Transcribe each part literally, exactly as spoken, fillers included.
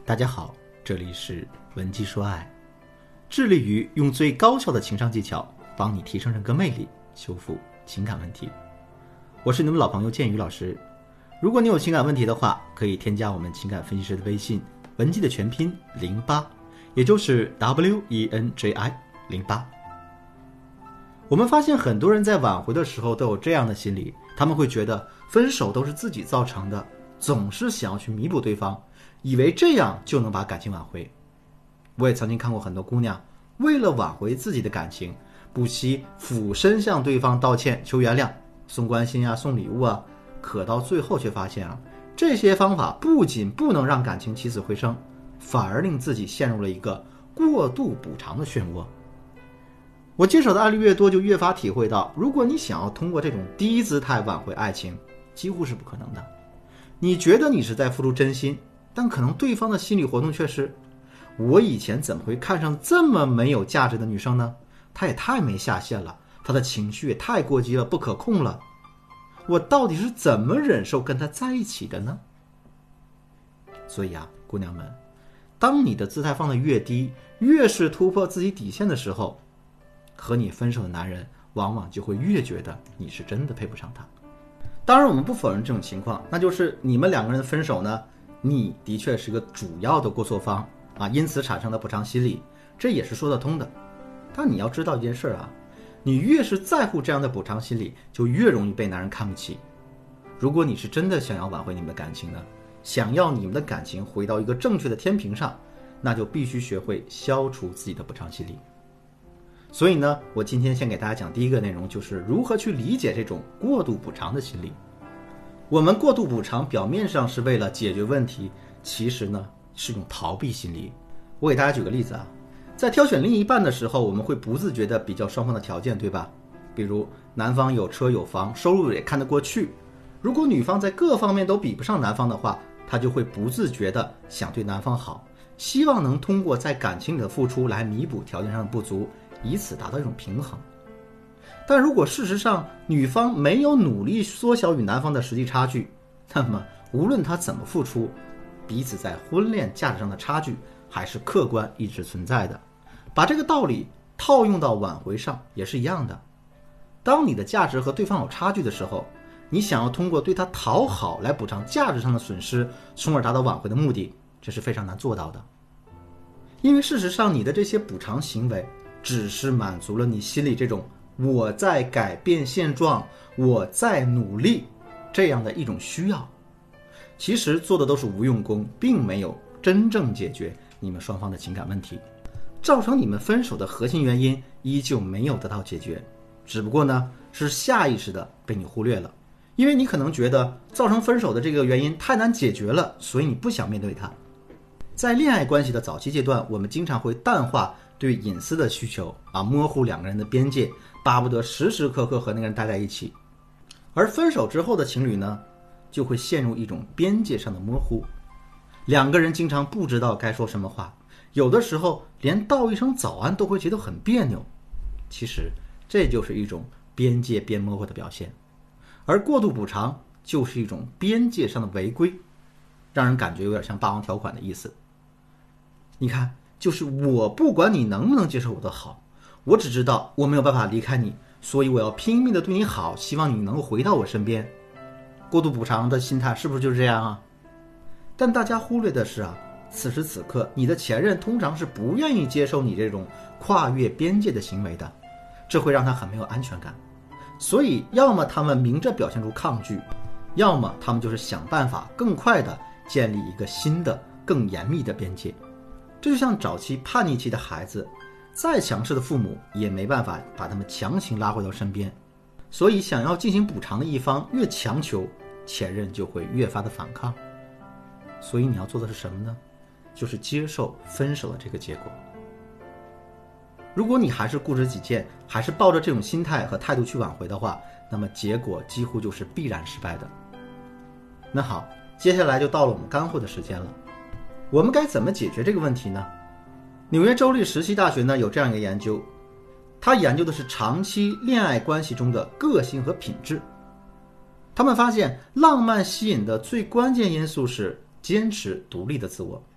大家好，这里是文姬说爱，致力于用最高效的情商技巧帮你提升人格魅力，修复情感问题。我是你们老朋友建宇老师。如果你有情感问题的话，可以添加我们情感分析师的微信文姬的全拼零八，也就是 W E N J I 零八。我们发现很多人在挽回的时候都有这样的心理，他们会觉得分手都是自己造成的，总是想要去弥补对方，以为这样就能把感情挽回。我也曾经看过很多姑娘为了挽回自己的感情，不惜俯身向对方道歉求原谅，送关心啊，送礼物啊，可到最后却发现啊，这些方法不仅不能让感情起死回生，反而令自己陷入了一个过度补偿的漩涡。我接手的案例越多，就越发体会到，如果你想要通过这种低姿态挽回爱情，几乎是不可能的。你觉得你是在付出真心，但可能对方的心理活动却是，我以前怎么会看上这么没有价值的女生呢？她也太没下限了，她的情绪也太过激了，不可控了，我到底是怎么忍受跟她在一起的呢？所以啊，姑娘们，当你的姿态放得越低，越是突破自己底线的时候，和你分手的男人往往就会越觉得你是真的配不上他。当然我们不否认这种情况，那就是你们两个人分手呢，你的确是个主要的过错方啊，因此产生的补偿心理，这也是说得通的。但你要知道一件事啊，你越是在乎这样的补偿心理，就越容易被男人看不起。如果你是真的想要挽回你们的感情呢，想要你们的感情回到一个正确的天平上，那就必须学会消除自己的补偿心理。所以呢，我今天先给大家讲第一个内容，就是如何去理解这种过度补偿的心理。我们过度补偿表面上是为了解决问题，其实呢是一种逃避心理。我给大家举个例子啊，在挑选另一半的时候，我们会不自觉地比较双方的条件，对吧？比如男方有车有房，收入也看得过去，如果女方在各方面都比不上男方的话，她就会不自觉地想对男方好，希望能通过在感情里的付出来弥补条件上的不足，以此达到一种平衡。但如果事实上女方没有努力缩小与男方的实际差距，那么无论她怎么付出，彼此在婚恋价值上的差距还是客观一直存在的。把这个道理套用到挽回上也是一样的。当你的价值和对方有差距的时候，你想要通过对他讨好来补偿价值上的损失，从而达到挽回的目的，这是非常难做到的。因为事实上你的这些补偿行为只是满足了你心里这种我在改变现状，我在努力这样的一种需要，其实做的都是无用功，并没有真正解决你们双方的情感问题，造成你们分手的核心原因依旧没有得到解决，只不过呢是下意识的被你忽略了。因为你可能觉得造成分手的这个原因太难解决了，所以你不想面对它。在恋爱关系的早期阶段，我们经常会淡化对隐私的需求啊，模糊两个人的边界，巴不得时时刻刻和那个人待在一起。而分手之后的情侣呢，就会陷入一种边界上的模糊，两个人经常不知道该说什么话，有的时候连道一声早安都会觉得很别扭。其实这就是一种边界变模糊的表现，而过度补偿就是一种边界上的违规，让人感觉有点像霸王条款的意思。你看，就是我不管你能不能接受我的好，我只知道我没有办法离开你，所以我要拼命的对你好，希望你能够回到我身边。过度补偿的心态是不是就是这样啊？但大家忽略的是啊，此时此刻你的前任通常是不愿意接受你这种跨越边界的行为的，这会让他很没有安全感。所以要么他们明着表现出抗拒，要么他们就是想办法更快的建立一个新的更严密的边界。这就像早期叛逆期的孩子，再强势的父母也没办法把他们强行拉回到身边，所以想要进行补偿的一方越强求，前任就会越发的反抗。所以你要做的是什么呢？就是接受分手的这个结果。如果你还是固执己见，还是抱着这种心态和态度去挽回的话，那么结果几乎就是必然失败的。那好，接下来就到了我们干货的时间了。我们该怎么解决这个问题呢？纽约州立石溪大学呢有这样一个研究，它研究的是长期恋爱关系中的个性和品质。他们发现浪漫吸引的最关键因素是坚持独立的自我，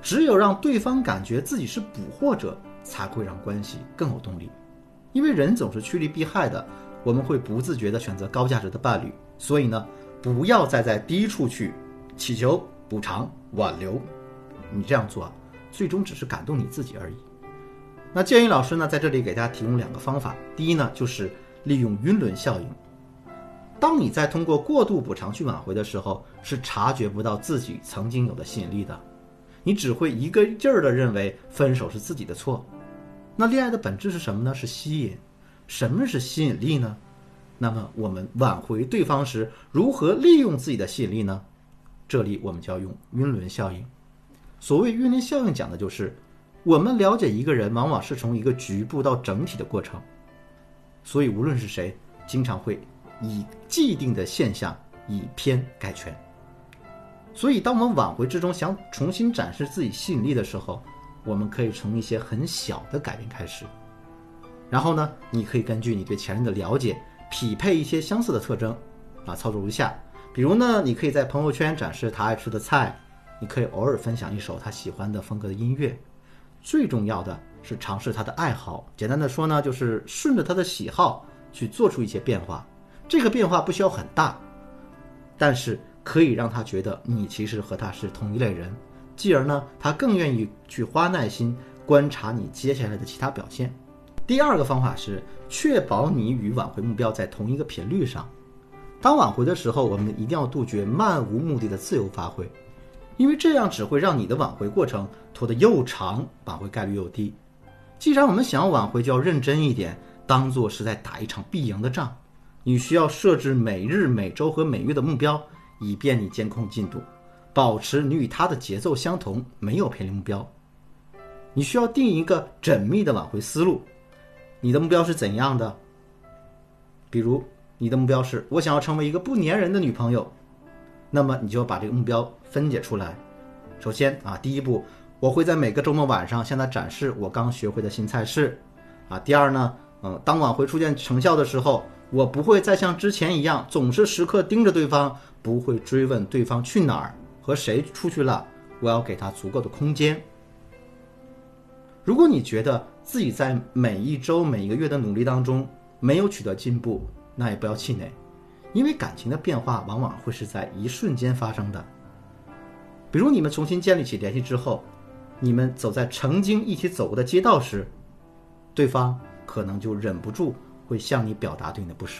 只有让对方感觉自己是捕获者，才会让关系更有动力。因为人总是趋利避害的，我们会不自觉地选择高价值的伴侣，所以呢，不要再在低处去祈求补偿挽留，你这样做啊，最终只是感动你自己而已。那建议老师呢，在这里给大家提供两个方法。第一呢，就是利用晕轮效应。当你在通过过度补偿去挽回的时候，是察觉不到自己曾经有的吸引力的，你只会一个劲儿地认为分手是自己的错。那恋爱的本质是什么呢？是吸引。什么是吸引力呢？那么我们挽回对方时，如何利用自己的吸引力呢？这里我们就要用晕轮效应。所谓晕轮效应，讲的就是我们了解一个人往往是从一个局部到整体的过程，所以无论是谁，经常会以既定的现象以偏概全。所以当我们挽回之中想重新展示自己吸引力的时候，我们可以从一些很小的改变开始，然后呢，你可以根据你对前任的了解，匹配一些相似的特征啊，操作如下。比如呢，你可以在朋友圈展示他爱吃的菜，你可以偶尔分享一首他喜欢的风格的音乐。最重要的是尝试他的爱好，简单的说呢，就是顺着他的喜好去做出一些变化。这个变化不需要很大，但是可以让他觉得你其实和他是同一类人，继而呢，他更愿意去花耐心观察你接下来的其他表现。第二个方法是确保你与挽回目标在同一个频率上。当挽回的时候，我们一定要杜绝漫无目的的自由发挥，因为这样只会让你的挽回过程拖得又长，挽回概率又低。既然我们想要挽回，就要认真一点，当作是在打一场必赢的仗。你需要设置每日、每周和每月的目标，以便你监控进度，保持你与他的节奏相同，没有偏离目标。你需要定一个缜密的挽回思路。你的目标是怎样的？比如你的目标是我想要成为一个不粘人的女朋友，那么你就要把这个目标分解出来。首先啊，第一步，我会在每个周末晚上向他展示我刚学会的新菜式啊。第二呢，嗯，当挽回出现成效的时候，我不会再像之前一样总是时刻盯着对方，不会追问对方去哪儿和谁出去了，我要给他足够的空间。如果你觉得自己在每一周每一个月的努力当中没有取得进步，那也不要气馁，因为感情的变化往往会是在一瞬间发生的。比如你们重新建立起联系之后，你们走在曾经一起走过的街道时，对方可能就忍不住会向你表达对你的不舍。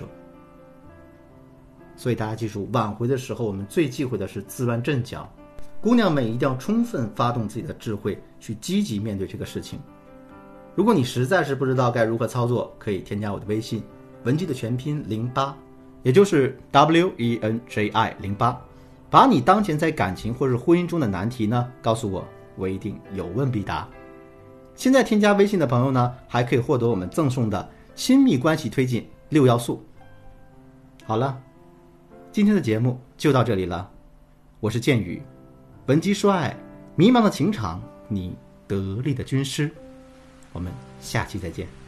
所以大家记住，挽回的时候我们最忌讳的是自乱阵脚。姑娘们一定要充分发动自己的智慧，去积极面对这个事情。如果你实在是不知道该如何操作，可以添加我的微信文姬的全拼零八，也就是 W E N J I 零八，把你当前在感情或是婚姻中的难题呢告诉我，我一定有问必答。现在添加微信的朋友呢，还可以获得我们赠送的亲密关系推进六要素。好了，今天的节目就到这里了，我是建宇，文姬说爱，迷茫的情场，你得力的军师。我们下期再见。